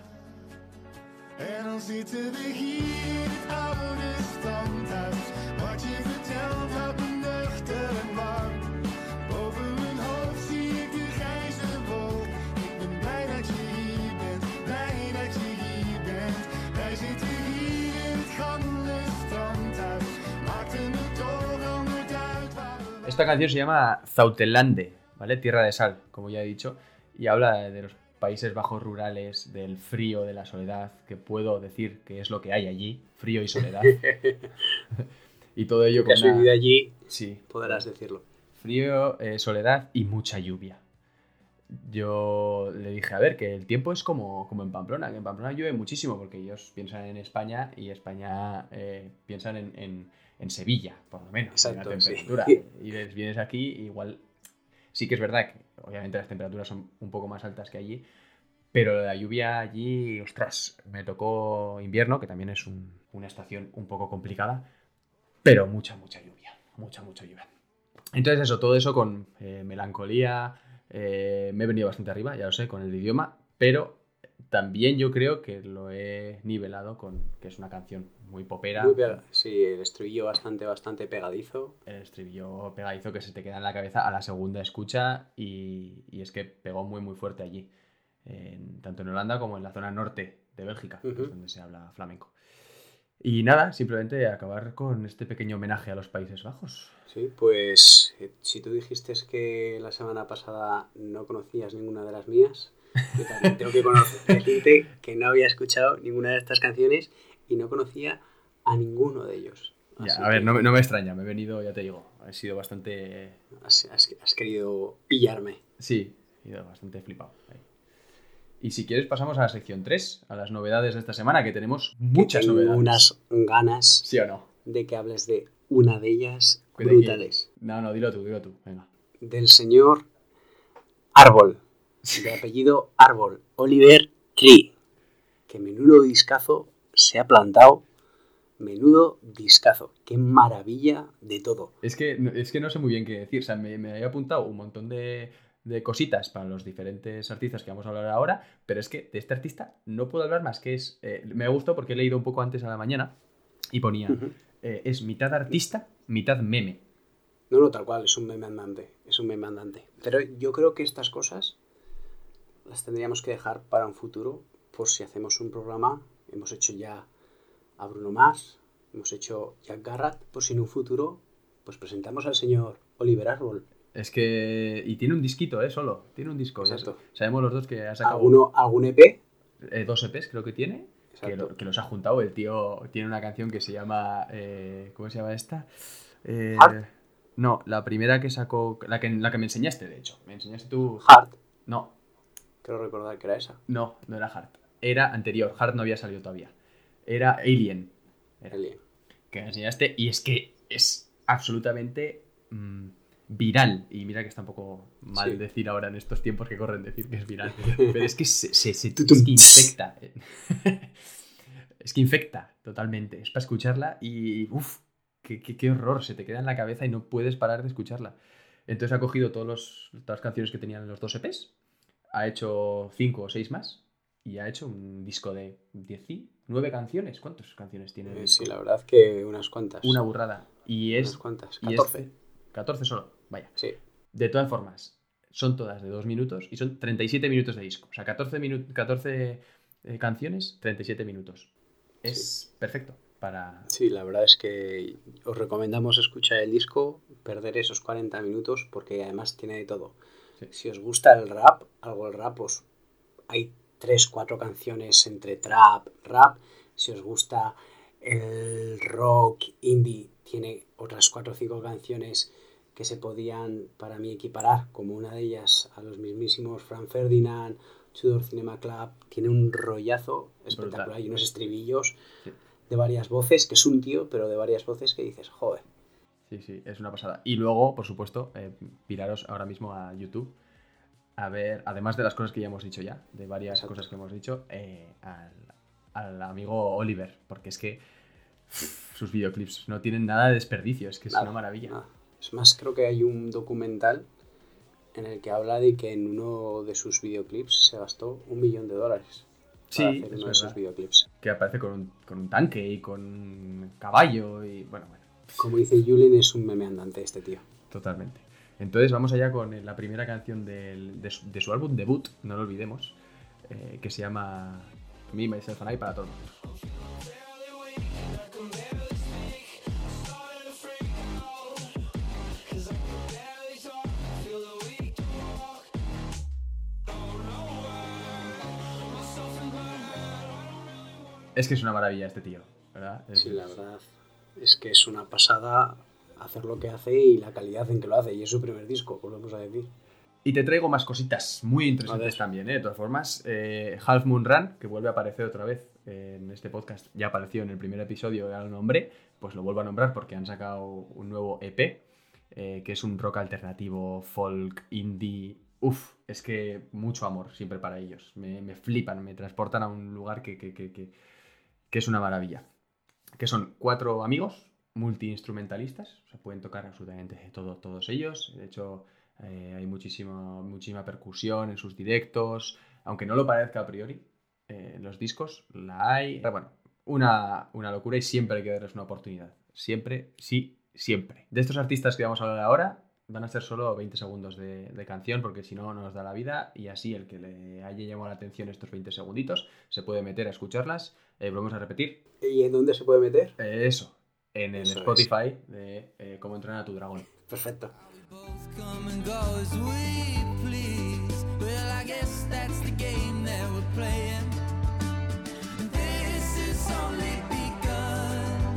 En dan zitten we hier in het oude standhuis. Wat je vertelt houdt me nuchter en warm. Boven mijn hoofd zie ik de grijze wolk. Ik ben blij dat je hier bent, blij dat je hier bent. Wij zitten hier in het gammele standhuis. Maakte me toch al nooit uit waar we... Esta canción se llama Zautelande, ¿vale? Tierra de Sal, como ya he dicho, y habla de los Países Bajos rurales, del frío, de la soledad, que puedo decir que es lo que hay allí, frío y soledad. Y todo ello Que has vivido allí, Sí. podrás decirlo. Frío, soledad y mucha lluvia. Yo le dije, a ver, que el tiempo es como en Pamplona, que en Pamplona llueve muchísimo, porque ellos piensan en España y España piensan en Sevilla, por lo menos, Exacto, en la sí. temperatura. Y vienes aquí, igual sí que es verdad que obviamente las temperaturas son un poco más altas que allí, pero la lluvia allí, ostras, me tocó invierno, que también es una estación un poco complicada, pero mucha lluvia, mucha lluvia. Entonces eso, todo eso con melancolía, me he venido bastante arriba, ya lo sé, con el idioma, pero también yo creo que lo he nivelado con que es una canción muy popera. Muy pegadizo. Sí, el estribillo bastante pegadizo. El estribillo pegadizo que se te queda en la cabeza a la segunda escucha y es que pegó muy fuerte allí, tanto en Holanda como en la zona norte de Bélgica, que es donde se habla flamenco. Y nada, simplemente acabar con este pequeño homenaje a los Países Bajos. Sí, pues si tú dijiste que la semana pasada no conocías ninguna de las mías, yo también tengo que decirte que no había escuchado ninguna de estas canciones y no conocía a ninguno de ellos. Ya, a ver, no me extraña, me he venido, ya te digo, he sido bastante... Has querido pillarme. Sí, he ido bastante flipado ahí. Y si quieres pasamos a la sección 3, a las novedades de esta semana, que tenemos muchas Tengo novedades. unas ganas ¿Sí o no? de que hables de una de ellas ¿De quién? brutales. No, dilo tú, venga. Del señor Árbol, de apellido Árbol, Oliver Tree. Que menudo discazo se ha plantado. Menudo discazo. Qué maravilla de todo. Es que no sé muy bien qué decir. O sea, me había apuntado un montón de cositas para los diferentes artistas que vamos a hablar ahora, pero es que de este artista no puedo hablar más, que es... me ha gustado porque he leído un poco antes a la mañana y ponía, es mitad artista, mitad meme. No, tal cual, es un meme andante. Es un meme andante. Pero yo creo que estas cosas las tendríamos que dejar para un futuro, por si hacemos un programa. Hemos hecho ya a Bruno Mars, hemos hecho Jack Garratt, por si en un futuro pues presentamos al señor Oliver Árbol. Es que... Y tiene un disquito, solo. Tiene un disco. Exacto. Sabemos los dos que ha sacado... ¿Algún EP? 2 EPs creo que tiene. Que los ha juntado. El tío tiene una canción que se llama... ¿cómo se llama esta? Heart. No, la primera que sacó... La que me enseñaste, de hecho. Me enseñaste tú... Heart. No, Creo recordar que era esa. no era Heart. Era anterior. Heart no había salido todavía. Era Alien. Alien. Que me enseñaste. Y es que es absolutamente viral. Y mira que está un poco mal decir ahora en estos tiempos que corren decir que es viral. Pero es que es que infecta. Es que infecta totalmente. Es para escucharla y... Uf, qué horror. Se te queda en la cabeza y no puedes parar de escucharla. Entonces ha cogido todas las canciones que tenían en los 2 EPs. Ha hecho 5 o 6 más. Y ha hecho un disco de 9 canciones. ¿Cuántas canciones tiene el disco? Sí, la verdad que unas cuantas. Una burrada. Y es... Unas cuantas. y 14. 14 solo, vaya. Sí. De todas formas, son todas de 2 minutos y son 37 minutos de disco. O sea, 14 canciones, 37 minutos. Es perfecto para... Sí, la verdad es que os recomendamos escuchar el disco, perder esos 40 minutos, porque además tiene de todo. Sí. Si os gusta el rap, algo el rap, pues hay 3-4 canciones entre trap, rap. Si os gusta el rock indie, tiene otras 4 o 5 canciones que se podían para mí equiparar, como una de ellas a los mismísimos Frank Ferdinand, Tudor Cinema Club. Tiene un rollazo espectacular. Brutal. Y unos estribillos Sí. de varias voces, que es un tío, pero de varias voces que dices, joder. Sí, es una pasada. Y luego, por supuesto, piraros ahora mismo a YouTube a ver, además de las cosas que ya hemos dicho ya, de varias Exacto. cosas que hemos dicho, al amigo Oliver, porque es que sus videoclips no tienen nada de desperdicio, es que es Nada, una maravilla. nada. Es más, creo que hay un documental en el que habla de que en uno de sus videoclips se gastó $1 millón para Sí, hacer es uno de verdad. esos videoclips. Que aparece con un tanque y con un caballo y bueno, Como dice Julien, es un meme andante este tío. totalmente. Entonces vamos allá con la primera canción de su álbum debut, no lo olvidemos, que se llama Me, Myself and I para todos. Es que es una maravilla este tío, ¿verdad? Sí, la verdad es que es una pasada hacer lo que hace y la calidad en que lo hace. Y es su primer disco, volvemos a decir. Y te traigo más cositas muy interesantes también, de todas formas. Half Moon Run, que vuelve a aparecer otra vez en este podcast, ya apareció en el primer episodio, ya lo nombré, pues lo vuelvo a nombrar porque han sacado un nuevo EP, que es un rock alternativo, folk, indie. Uf, es que mucho amor siempre para ellos. Me flipan, me transportan a un lugar que es una maravilla. Que son 4 amigos multiinstrumentalistas, o sea, pueden tocar absolutamente todos ellos. De hecho, hay muchísima percusión en sus directos, aunque no lo parezca a priori. En los discos la hay. Pero bueno, una locura y siempre hay que darles una oportunidad. Siempre, sí, siempre. De estos artistas que vamos a hablar ahora, van a ser solo 20 segundos de canción, porque si no nos da la vida, y así el que le haya llamado la atención estos 20 segunditos se puede meter a escucharlas. Volvemos a repetir. ¿Y en dónde se puede meter? Eso, en el Eso Spotify de Cómo entrenar a tu dragón. Perfecto. Both come and go as we please. Well, I guess that's the game that we're playing. This is only begun.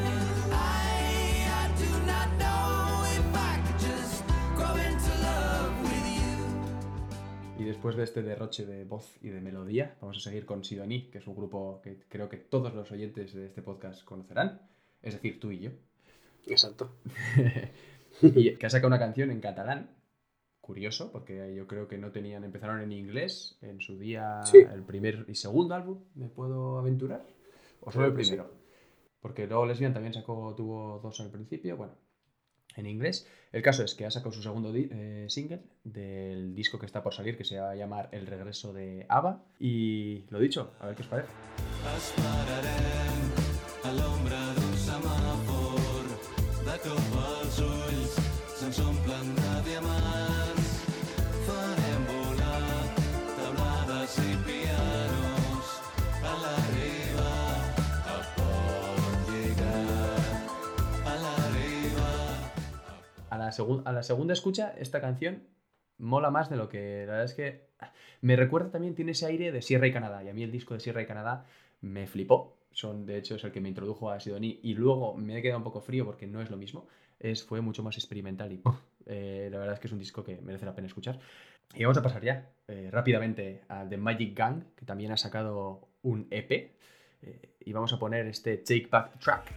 I do not know if I could just grow into love with you. Y después de este derroche de voz y de melodía, vamos a seguir con Sidonie, que es un grupo que creo que todos los oyentes de este podcast conocerán, es decir, tú y yo. Exacto. Y que ha sacado una canción en catalán. Curioso, porque yo creo que no tenían... Empezaron en inglés en su día, Sí. el primer y segundo álbum, ¿me puedo aventurar? ¿O solo el Creo que sí. primero? Porque luego Lesbian también tuvo 2 al principio, bueno, en inglés. El caso es que ha sacado su segundo single del disco que está por salir, que se va a llamar El regreso de ABBA. Y lo dicho, a ver qué os parece. Esperarem a l'ombra d'un semàfor. De cop els ulls se'ns omplen de diamants. Farem volar taulades i pianos a la riba. A pot llegar a la riba. A la segunda escucha, esta canción mola más de lo que... La verdad es que me recuerda también, tiene ese aire de Sierra y Canadá. Y a mí el disco de Sierra y Canadá me flipó. De hecho, es el que me introdujo a Sidonie. Y luego me he quedado un poco frío porque no es lo mismo. Fue mucho más experimental y la verdad es que es un disco que merece la pena escuchar. Y vamos a pasar ya rápidamente a The Magic Gang, que también ha sacado un EP. Y vamos a poner este Take Back the Track.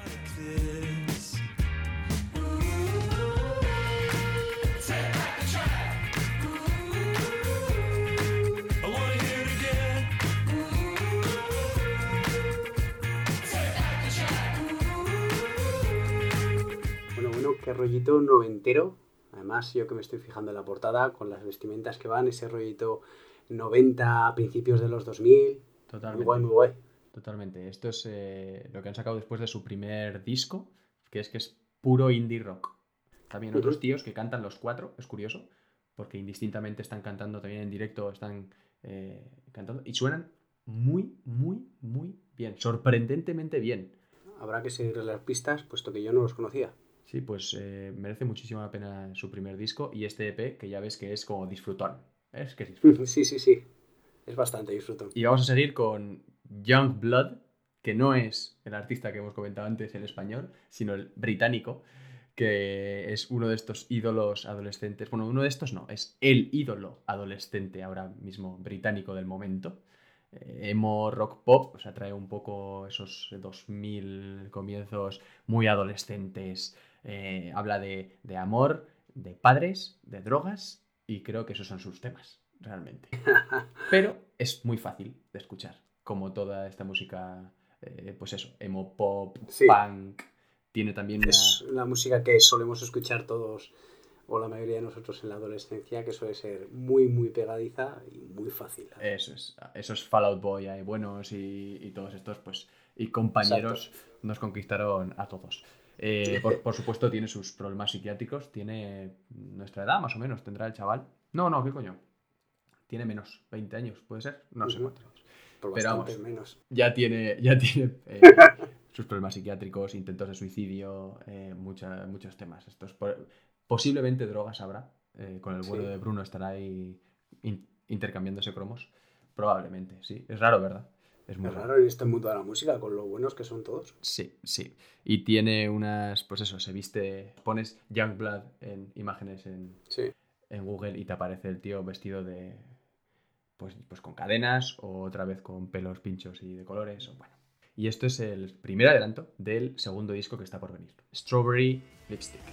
Bueno, qué rollito noventero. Además, yo que me estoy fijando en la portada, con las vestimentas que van, ese rollito 90 a principios de los 2000. Totalmente. Muy guay, muy guay. Totalmente. Esto es lo que han sacado después de su primer disco, que es puro indie rock. También otros tíos que cantan los 4, es curioso, porque indistintamente están cantando también en directo, están cantando y suenan muy, muy, muy bien, sorprendentemente bien. Habrá que seguir las pistas, puesto que yo no los conocía. Sí, pues merece muchísimo la pena su primer disco y este EP, que ya ves que es como disfrutón. Es que es disfrutón. Sí, sí, sí. Es bastante disfrutón. Y vamos a seguir con Youngblood, que no es el artista que hemos comentado antes, el español, sino el británico, que es uno de estos ídolos adolescentes. Bueno, uno de estos no, es el ídolo adolescente ahora mismo británico del momento. Emo, rock pop, o sea, trae un poco esos 2000 comienzos muy adolescentes. Habla de amor, de padres, de drogas, y creo que esos son sus temas, realmente. Pero es muy fácil de escuchar, como toda esta música, pues eso, emo pop, Sí. punk. Tiene también Es la música que solemos escuchar todos, o la mayoría de nosotros en la adolescencia, que suele ser muy, muy pegadiza y muy fácil. esos Fall Out Boy ahí buenos y todos estos, pues, y compañeros. Exacto. Nos conquistaron a todos. Por supuesto, tiene sus problemas psiquiátricos. Tiene nuestra edad, más o menos, tendrá el chaval. No, ¿qué coño? Tiene menos, 20 años, ¿puede ser? No sé cuántos años. Por Pero bastante vamos, menos. ya tiene sus problemas psiquiátricos, intentos de suicidio, muchos temas. Posiblemente drogas habrá. Con el vuelo Sí. de Bruno estará ahí intercambiándose cromos. Probablemente, sí. Es raro, ¿verdad? Es muy Es raro. raro en este mundo de la música, con lo buenos que son todos. Sí. Y tiene unas, pues eso, se viste, pones Youngblood en imágenes Sí. en Google y te aparece el tío vestido de, pues con cadenas o otra vez con pelos pinchos y de colores. Bueno. Y esto es el primer adelanto del segundo disco que está por venir. Strawberry Lipstick.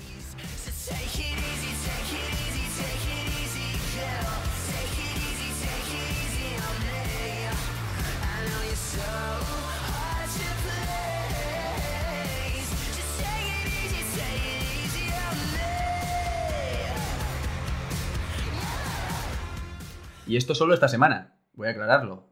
Y esto solo esta semana, voy a aclararlo.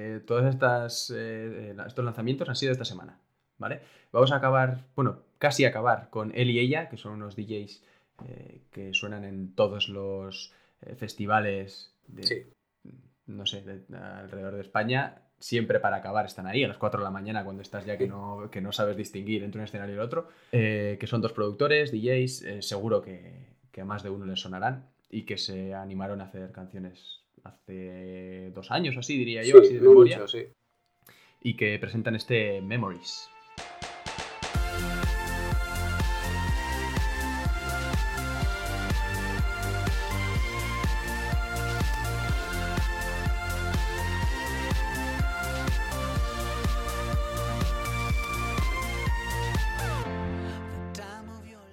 Estos lanzamientos han sido esta semana, ¿vale? Vamos a acabar, casi acabar con él y ella, que son unos DJs que suenan en todos los festivales Sí. no sé, alrededor de España. Siempre para acabar están ahí a las 4 de la mañana cuando estás ya que no sabes distinguir entre un escenario y el otro. Que son 2 productores, DJs, seguro que a más de uno les sonarán y que se animaron a hacer canciones hace 2 años o así, diría yo, Sí, así de no memoria. mucho, sí. Y que presentan este Memories.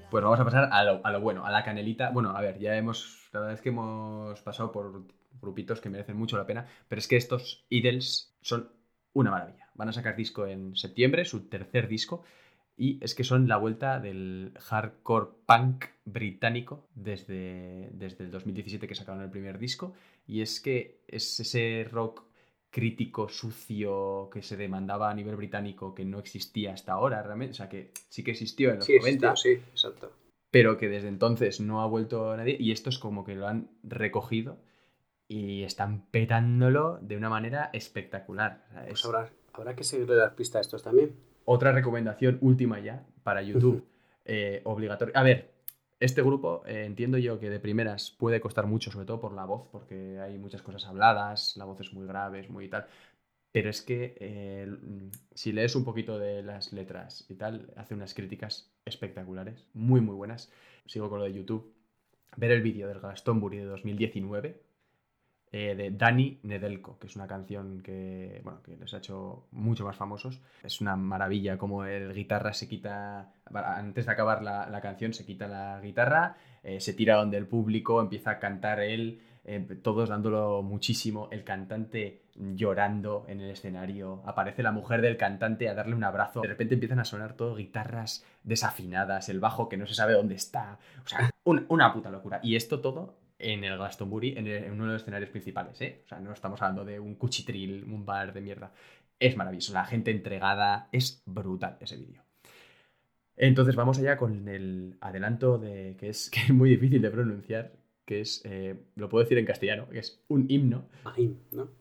Pues vamos a pasar a lo bueno, a la canelita. Bueno, a ver, la verdad es que hemos pasado por grupitos que merecen mucho la pena, pero es que estos Idols son una maravilla. Van a sacar disco en septiembre, su tercer disco, y es que son la vuelta del hardcore punk británico desde el 2017 que sacaron el primer disco, y es que es ese rock crítico, sucio, que se demandaba a nivel británico, que no existía hasta ahora realmente, o sea que sí que existió en los 90, Sí, exacto. pero que desde entonces no ha vuelto nadie, y esto es como que lo han recogido y están petándolo de una manera espectacular. O sea, Pues habrá que seguirle las pistas a estos también. Otra recomendación última ya para YouTube, obligatoria. A ver, este grupo entiendo yo que de primeras puede costar mucho, sobre todo por la voz, porque hay muchas cosas habladas, la voz es muy grave, es muy tal. Pero es que si lees un poquito de las letras y tal, hace unas críticas espectaculares, muy muy buenas. Sigo con lo de YouTube. Ver el vídeo del Glastonbury de 2019 de Dani Nedelko, que es una canción que les ha hecho mucho más famosos. Es una maravilla como el guitarra se quita, antes de acabar la canción, se quita la guitarra, se tira donde el público, empieza a cantar él, todos dándolo muchísimo, el cantante llorando en el escenario, aparece la mujer del cantante a darle un abrazo, de repente empiezan a sonar todo guitarras desafinadas, el bajo que no se sabe dónde está, o sea, una puta locura. Y esto todo en el Glastonbury, en uno de los escenarios principales, ¿eh? O sea, no estamos hablando de un cuchitril, un bar de mierda. Es maravilloso, la gente entregada, es brutal ese vídeo. Entonces vamos allá con el adelanto que es muy difícil de pronunciar, que es, lo puedo decir en castellano, que es un himno. Ahim, ¿no?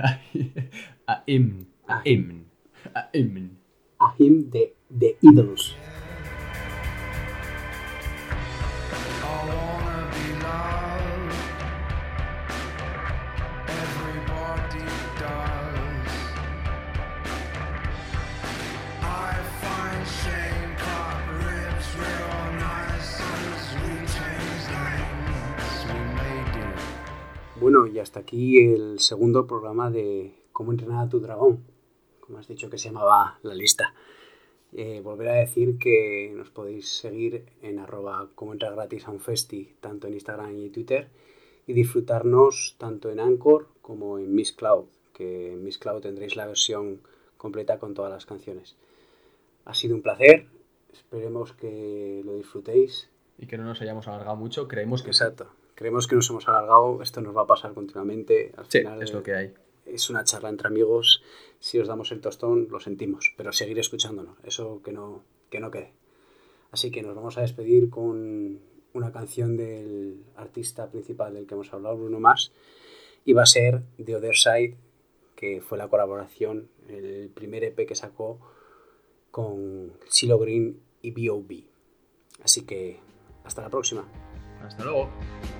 Ahim de ídolos. I wanna be loved. Everybody does. I find shame cut ribs real nice as we change names. We made it. Bueno, y hasta aquí el segundo programa de Cómo entrenar a tu dragón, como has dicho que se llamaba la lista. Volver a decir que nos podéis seguir en @como entra gratis a un festi, tanto en Instagram y Twitter, y disfrutarnos tanto en Anchor como en Miss Cloud, que en Miss Cloud tendréis la versión completa con todas las canciones. Ha sido un placer, esperemos que lo disfrutéis. Y que no nos hayamos alargado mucho, creemos que Exacto, creemos que nos hemos alargado, esto nos va a pasar continuamente. Al sí, final es lo que hay. Es una charla entre amigos, si os damos el tostón lo sentimos, pero seguir escuchándonos, eso que no quede. Así que nos vamos a despedir con una canción del artista principal del que hemos hablado, Bruno Mars, y va a ser The Other Side, que fue la colaboración, el primer EP que sacó con CeeLo Green y B.O.B. Así que hasta la próxima. Hasta luego.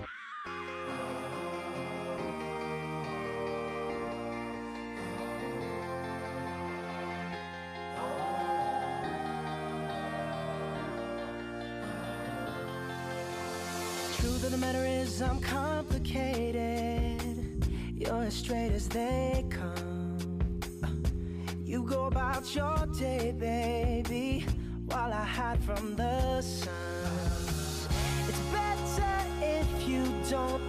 Truth of the matter is I'm complicated. You're as straight as they come. You go about your day, baby, while I hide from the sun. It's better if you don't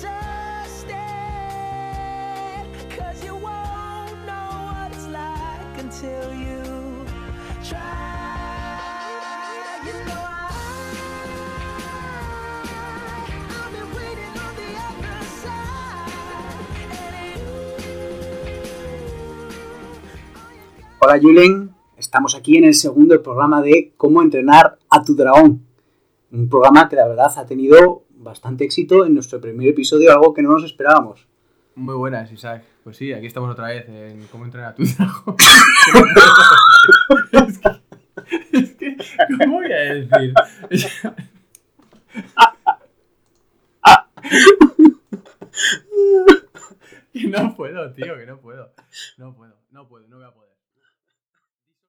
understand, 'cause you won't know what it's like until you try. You know I've been waiting on the other side, and Hola Julen, estamos aquí en el segundo programa de Cómo entrenar a tu dragón. Un programa que la verdad ha tenido bastante éxito en nuestro primer episodio, algo que no nos esperábamos. Muy buenas, Isaac. Pues sí, aquí estamos otra vez en Cómo entrenar a tu dragón. es que, ¿cómo voy a decir? Que no puedo, tío, que no puedo. No voy a poder.